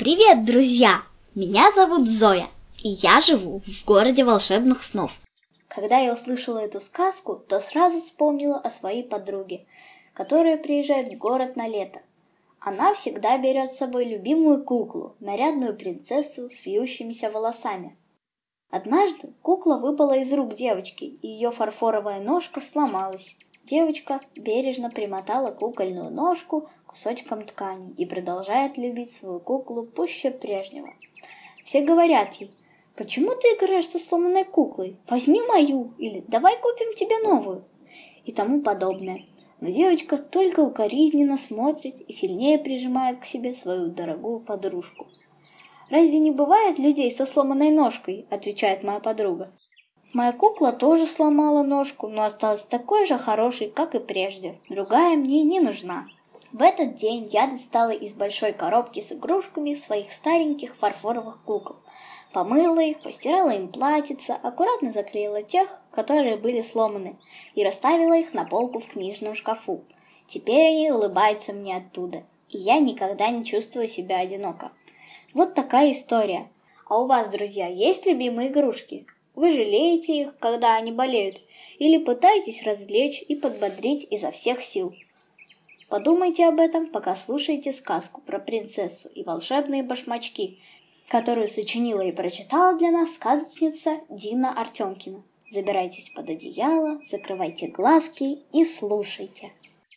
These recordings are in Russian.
Привет, друзья! Меня зовут Зоя, и я живу в городе волшебных снов. Когда я услышала эту сказку, то сразу вспомнила о своей подруге, которая приезжает в город на лето. Она всегда берет с собой любимую куклу, нарядную принцессу с вьющимися волосами. Однажды кукла выпала из рук девочки, и ее фарфоровая ножка сломалась. Девочка бережно примотала кукольную ножку кусочком ткани и продолжает любить свою куклу пуще прежнего. Все говорят ей: «Почему ты играешь со сломанной куклой? Возьми мою» или «Давай купим тебе новую» и тому подобное. Но девочка только укоризненно смотрит и сильнее прижимает к себе свою дорогую подружку. «Разве не бывает людей со сломанной ножкой?» – отвечает моя подруга. «Моя кукла тоже сломала ножку, но осталась такой же хорошей, как и прежде. Другая мне не нужна». В этот день я достала из большой коробки с игрушками своих стареньких фарфоровых кукол. Помыла их, постирала им платьица, аккуратно заклеила тех, которые были сломаны, и расставила их на полку в книжном шкафу. Теперь они улыбаются мне оттуда, и я никогда не чувствую себя одиноко. Вот такая история. А у вас, друзья, есть любимые игрушки? Вы жалеете их, когда они болеют? Или пытаетесь развлечь и подбодрить изо всех сил? Подумайте об этом, пока слушаете сказку про принцессу и волшебные башмачки, которую сочинила и прочитала для нас сказочница Дина Артемкина. Забирайтесь под одеяло, закрывайте глазки и слушайте.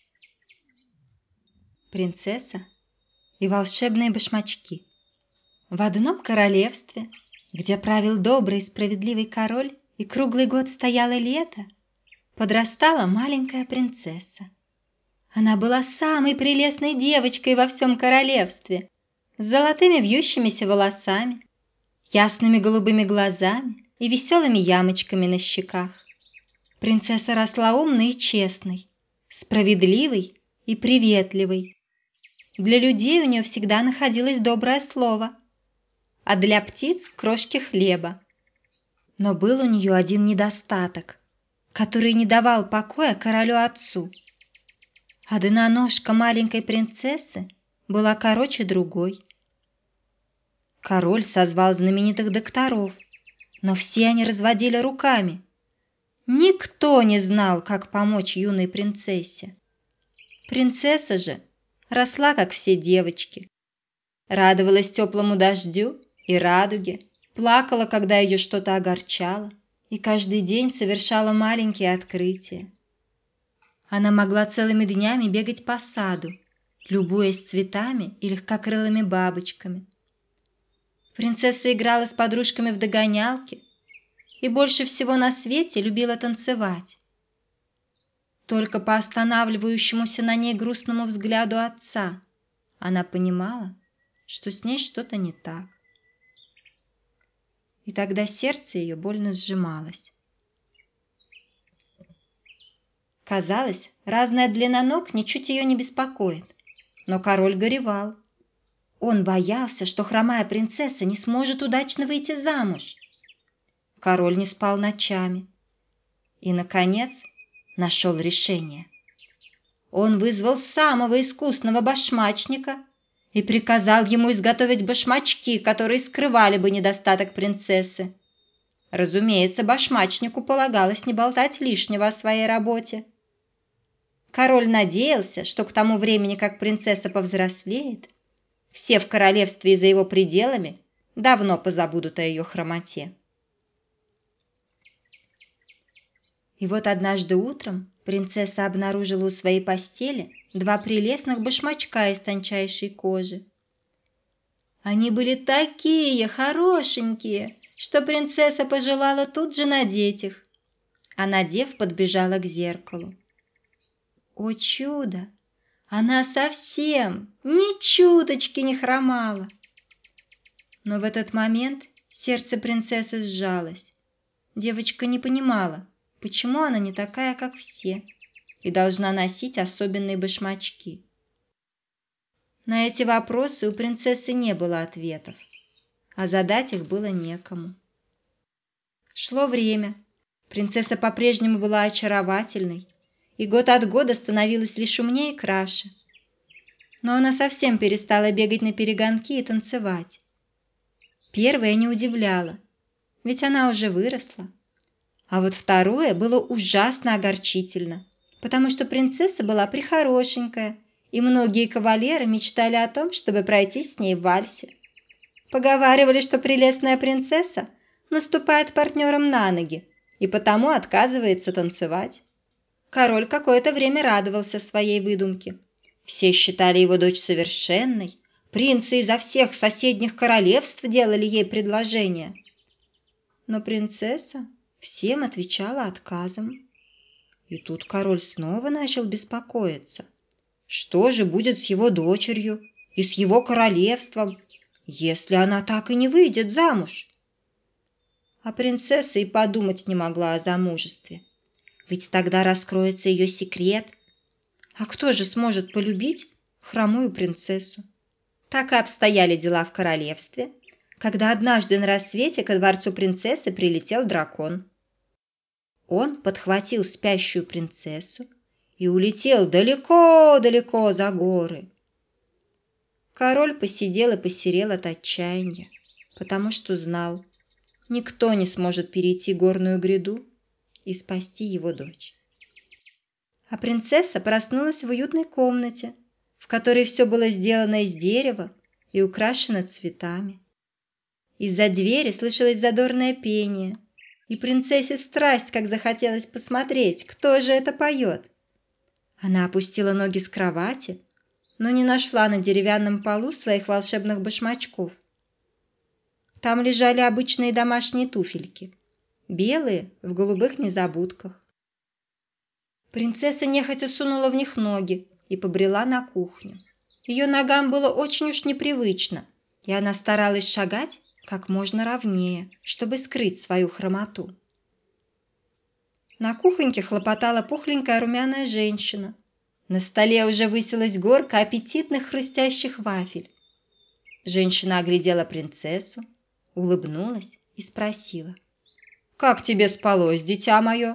Принцесса и волшебные башмачки. В одном королевстве, где правил добрый и справедливый король, и круглый год стояло лето, подрастала маленькая принцесса. Она была самой прелестной девочкой во всем королевстве, с золотыми вьющимися волосами, ясными голубыми глазами и веселыми ямочками на щеках. Принцесса росла умной и честной, справедливой и приветливой. Для людей у нее всегда находилось доброе слово, а для птиц – крошки хлеба. Но был у нее один недостаток, который не давал покоя королю-отцу. Одна ножка маленькой принцессы была короче другой. Король созвал знаменитых докторов, но все они разводили руками. Никто не знал, как помочь юной принцессе. Принцесса же росла, как все девочки. Радовалась теплому дождю и радуге, плакала, когда ее что-то огорчало, и каждый день совершала маленькие открытия. Она могла целыми днями бегать по саду, любуясь цветами и легкокрылыми бабочками. Принцесса играла с подружками в догонялки и больше всего на свете любила танцевать. Только по останавливающемуся на ней грустному взгляду отца она понимала, что с ней что-то не так. И тогда сердце ее больно сжималось. Казалось, разная длина ног ничуть ее не беспокоит, но король горевал. Он боялся, что хромая принцесса не сможет удачно выйти замуж. Король не спал ночами и, наконец, нашел решение. Он вызвал самого искусного башмачника и приказал ему изготовить башмачки, которые скрывали бы недостаток принцессы. Разумеется, башмачнику полагалось не болтать лишнего о своей работе. Король надеялся, что к тому времени, как принцесса повзрослеет, все в королевстве и за его пределами давно позабудут о ее хромоте. И вот однажды утром принцесса обнаружила у своей постели два прелестных башмачка из тончайшей кожи. Они были такие хорошенькие, что принцесса пожелала тут же надеть их, а надев, подбежала к зеркалу. О чудо! Она совсем ни чуточки не хромала. Но в этот момент сердце принцессы сжалось. Девочка не понимала, почему она не такая, как все, и должна носить особенные башмачки. На эти вопросы у принцессы не было ответов, а задать их было некому. Шло время. Принцесса по-прежнему была очаровательной и год от года становилась лишь умнее и краше. но она совсем перестала бегать на перегонки и танцевать. Первое не удивляло, ведь она уже выросла. А вот второе было ужасно огорчительно, потому что принцесса была прехорошенькая, и многие кавалеры мечтали о том, чтобы пройтись с ней в вальсе. Поговаривали, что прелестная принцесса наступает партнерам на ноги и потому отказывается танцевать. Король какое-то время радовался своей выдумке. Все считали его дочь совершенной, принцы изо всех соседних королевств делали ей предложения. Но принцесса всем отвечала отказом. И тут король снова начал беспокоиться. Что же будет с его дочерью и с его королевством, если она так и не выйдет замуж? А принцесса и подумать не могла о замужестве. Ведь тогда раскроется ее секрет. А кто же сможет полюбить хромую принцессу? Так и обстояли дела в королевстве, когда однажды на рассвете ко дворцу принцессы прилетел дракон. Он подхватил спящую принцессу и улетел далеко-далеко за горы. Король посидел и посерел от отчаяния, потому что знал, никто не сможет перейти горную гряду и спасти его дочь. А принцесса проснулась в уютной комнате, в которой все было сделано из дерева и украшено цветами. Из-за двери слышалось задорное пение, и принцессе страсть как захотелось посмотреть, кто же это поет. Она опустила ноги с кровати, но не нашла на деревянном полу своих волшебных башмачков. Там лежали обычные домашние туфельки, белые в голубых незабудках. Принцесса нехотя сунула в них ноги и побрела на кухню. Ее ногам было очень уж непривычно, и она старалась шагать как можно ровнее, чтобы скрыть свою хромоту. На кухоньке хлопотала пухленькая румяная женщина. На столе уже высилась горка аппетитных хрустящих вафель. Женщина оглядела принцессу, улыбнулась и спросила: «Как тебе спалось, дитя мое?»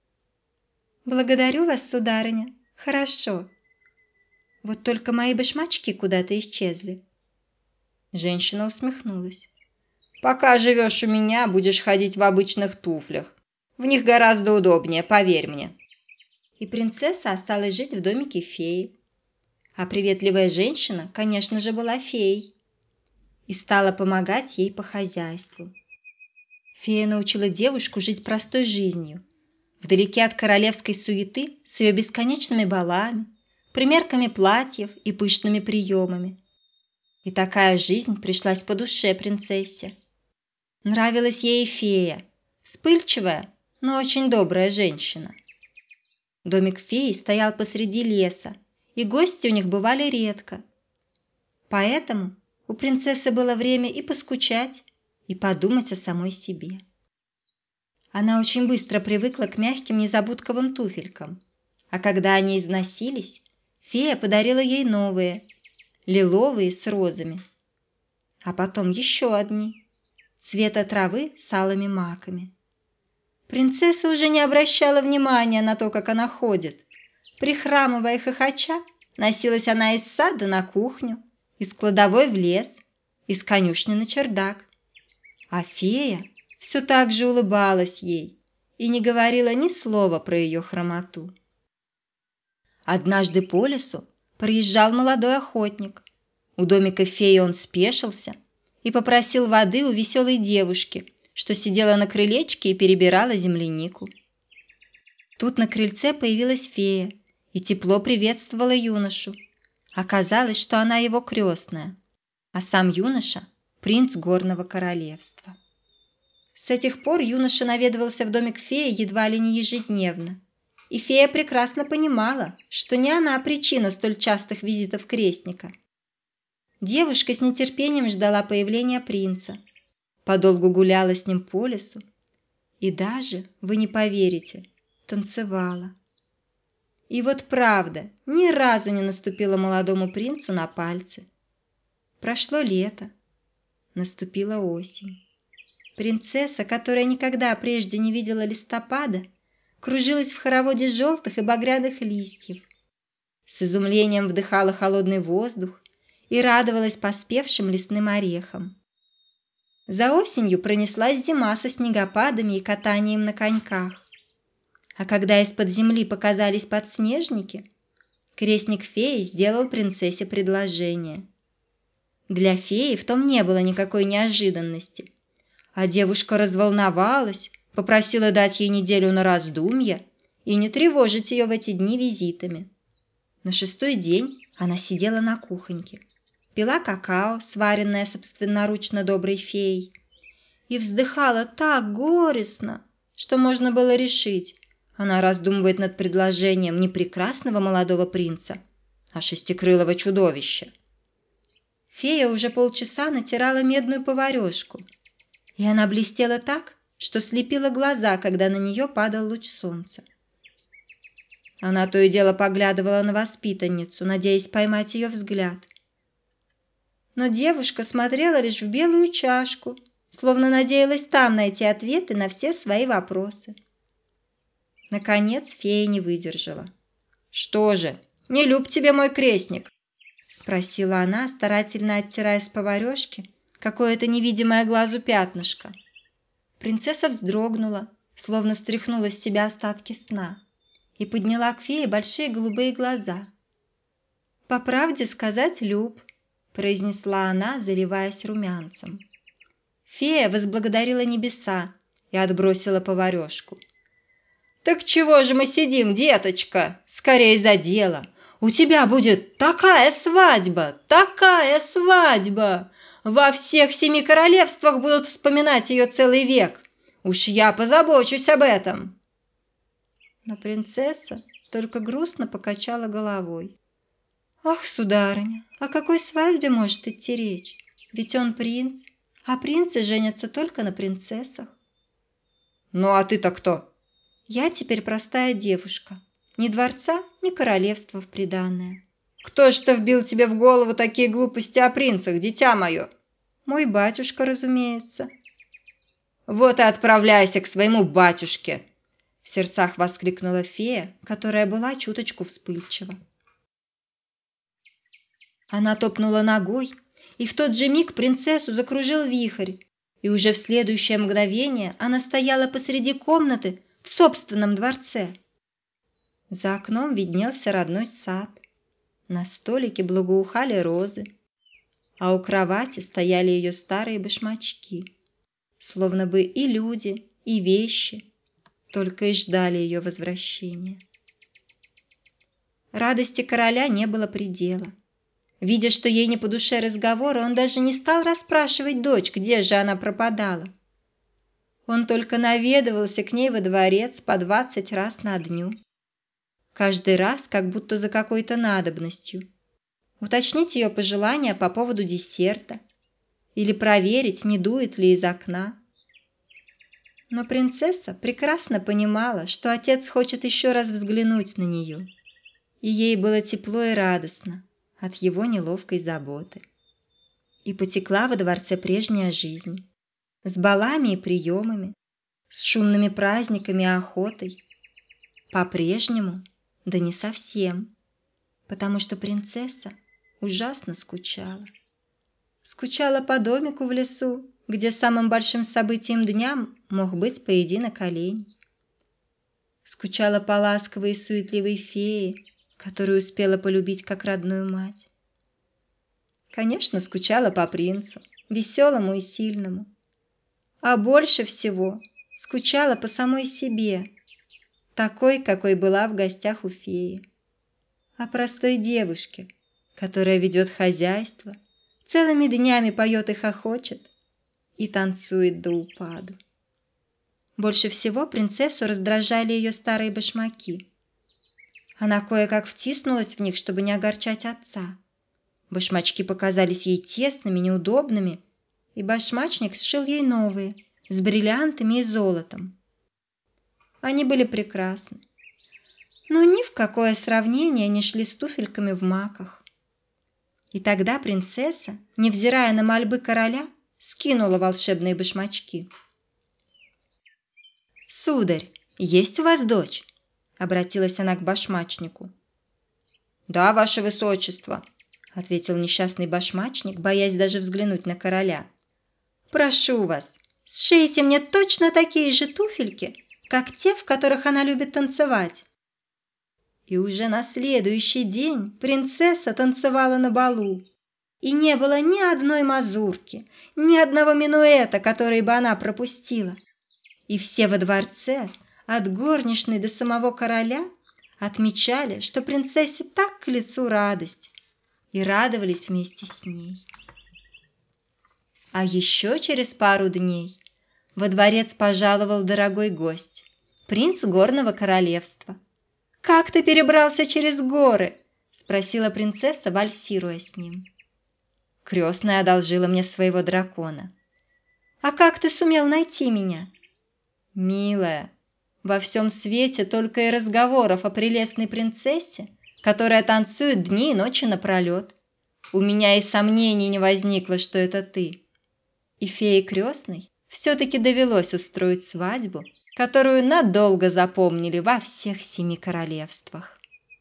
«Благодарю вас, сударыня. Хорошо. Вот только мои башмачки куда-то исчезли». Женщина усмехнулась. «Пока живешь у меня, будешь ходить в обычных туфлях. В них гораздо удобнее, поверь мне». И принцесса осталась жить в домике феи. А приветливая женщина, конечно же, была феей и стала помогать ей по хозяйству. Фея научила девушку жить простой жизнью, вдалеке от королевской суеты с ее бесконечными балами, примерками платьев и пышными приемами. И такая жизнь пришлась по душе принцессе. Нравилась ей и фея, вспыльчивая, но очень добрая женщина. Домик феи стоял посреди леса, и гости у них бывали редко. Поэтому у принцессы было время и поскучать, и подумать о самой себе. Она очень быстро привыкла к мягким незабудковым туфелькам, а когда они износились, фея подарила ей новые, лиловые с розами, а потом еще одни, цвета травы с алыми маками. Принцесса уже не обращала внимания на то, как она ходит. Прихрамывая и хохоча, носилась она из сада на кухню, из кладовой в лес, из конюшни на чердак. А фея все так же улыбалась ей и не говорила ни слова про ее хромоту. Однажды по лесу проезжал молодой охотник. У домика феи он спешился и попросил воды у веселой девушки, что сидела на крылечке и перебирала землянику. Тут на крыльце появилась фея и тепло приветствовала юношу. Оказалось, что она его крестная, а сам юноша – принц горного королевства. С этих пор юноша наведывался в домик феи едва ли не ежедневно. И фея прекрасно понимала, что не она причина столь частых визитов крестника. Девушка с нетерпением ждала появления принца, подолгу гуляла с ним по лесу и даже, вы не поверите, танцевала. И вот правда, ни разу не наступила молодому принцу на пальцы. Прошло лето, наступила осень. Принцесса, которая никогда прежде не видела листопада, кружилась в хороводе желтых и багряных листьев. с изумлением вдыхала холодный воздух и радовалась поспевшим лесным орехам. За осенью пронеслась зима со снегопадами и катанием на коньках. А когда из-под земли показались подснежники, крестник феи сделал принцессе предложение. Для феи в том не было никакой неожиданности, а девушка разволновалась, попросила дать ей неделю на раздумье и не тревожить ее в эти дни визитами. На 6-й день она сидела на кухоньке, пила какао, сваренное собственноручно доброй феей, и вздыхала так горестно, что можно было решить, она раздумывает над предложением не прекрасного молодого принца, а шестикрылого чудовища. Фея уже полчаса натирала медную поварёшку, и она блестела так, что слепила глаза, когда на нее падал луч солнца. Она то и дело поглядывала на воспитанницу, надеясь поймать ее взгляд. Но девушка смотрела лишь в белую чашку, словно надеялась там найти ответы на все свои вопросы. Наконец фея не выдержала. «Что же, не люб тебе мой крестник?» – спросила она, старательно оттирая с поварёшки какое-то невидимое глазу пятнышко. Принцесса вздрогнула, словно стряхнула с себя остатки сна, и подняла к фее большие голубые глаза. «По правде сказать, люб», – произнесла она, заливаясь румянцем. Фея возблагодарила небеса и отбросила поварёшку. «Так чего же мы сидим, деточка? Скорей за дело! У тебя будет такая свадьба, такая свадьба! Во всех 7 королевствах будут вспоминать ее целый век. Уж я позабочусь об этом!» Но принцесса только грустно покачала головой. «Ах, сударыня, о какой свадьбе может идти речь? Ведь он принц, а принцы женятся только на принцессах». «Ну а ты-то кто?» «Я теперь простая девушка. Ни дворца, ни королевства в приданое». «Кто ж-то вбил тебе в голову такие глупости о принцах, дитя мое?» «Мой батюшка, разумеется». «Вот и отправляйся к своему батюшке!» В сердцах воскликнула фея, которая была чуточку вспыльчива. Она топнула ногой, и в тот же миг принцессу закружил вихрь, и уже в следующее мгновение она стояла посреди комнаты в собственном дворце. За окном виднелся родной сад. На столике благоухали розы, а у кровати стояли ее старые башмачки, словно бы и люди, и вещи только и ждали ее возвращения. Радости короля не было предела. Видя, что ей не по душе разговора, он даже не стал расспрашивать дочь, где же она пропадала. Он только наведывался к ней во дворец по 20 раз на дню. Каждый раз как будто за какой-то надобностью. Уточнить ее пожелания по поводу десерта или проверить, не дует ли из окна. Но принцесса прекрасно понимала, что отец хочет еще раз взглянуть на нее, и ей было тепло и радостно от его неловкой заботы. И потекла во дворце прежняя жизнь, с балами и приемами, с шумными праздниками и охотой. По-прежнему, да не совсем, потому что принцесса ужасно скучала. Скучала по домику в лесу, где самым большим событием дня мог быть поединок оленей. Скучала по ласковой и суетливой фее, которую успела полюбить как родную мать. Конечно, скучала по принцу, веселому и сильному. А больше всего скучала по самой себе, такой, какой была в гостях у феи. О простой девушке, которая ведет хозяйство, целыми днями поет и хохочет, и танцует до упаду. Больше всего принцессу раздражали ее старые башмаки. Она кое-как втиснулась в них, чтобы не огорчать отца. Башмачки показались ей тесными, неудобными, и башмачник сшил ей новые, с бриллиантами и золотом. Они были прекрасны, но ни в какое сравнение не шли с туфельками в маках. И тогда принцесса, невзирая на мольбы короля, скинула волшебные башмачки. «Сударь, есть у вас дочь?» – обратилась она к башмачнику. «Да, ваше высочество», – ответил несчастный башмачник, боясь даже взглянуть на короля. «Прошу вас, сшейте мне точно такие же туфельки, как те, в которых она любит танцевать». И уже на следующий день принцесса танцевала на балу. И не было ни одной мазурки, ни одного минуэта, который бы она пропустила. И все во дворце, от горничной до самого короля, отмечали, что принцессе так к лицу радость, и радовались вместе с ней. А еще через пару дней во дворец пожаловал дорогой гость, принц горного королевства. «Как ты перебрался через горы?» – спросила принцесса, вальсируя с ним. «Крестная одолжила мне своего дракона». «А как ты сумел найти меня?» «Милая, во всем свете только и разговоров о прелестной принцессе, которая танцует дни и ночи напролет. У меня и сомнений не возникло, что это ты». И фее крестной все-таки довелось устроить свадьбу, которую надолго запомнили во всех 7 королевствах.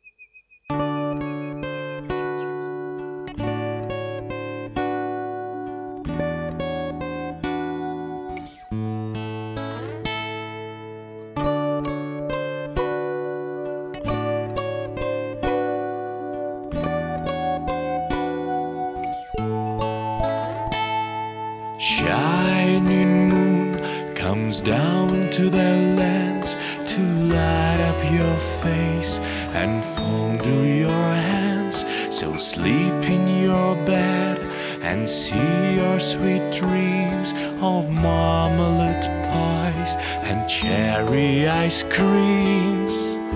Shining moon comes down to their lands to light up your face and fondle your hands. So sleep in your bed and see your sweet dreams of marmalade pies and cherry ice creams.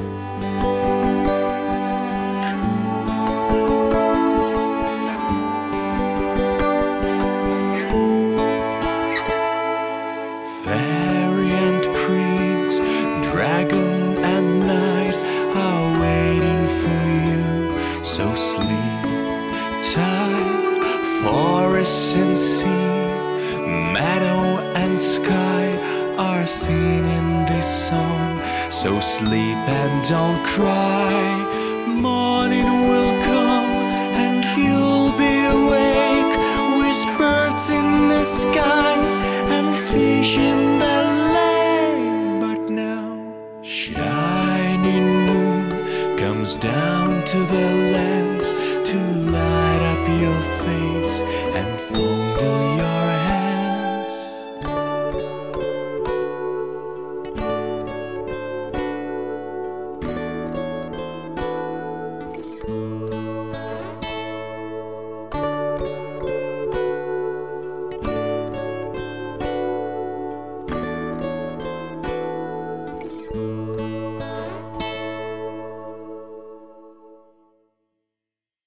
Fairy and prince, dragon and knight are waiting for you. So sleep tight, forest and sea, meadow and sky are singing this song. So sleep and don't cry. Morning will come and you'll be awake with birds in the sky and fish in the lake. But now shining moon comes down to the lands to light up your face and fondle your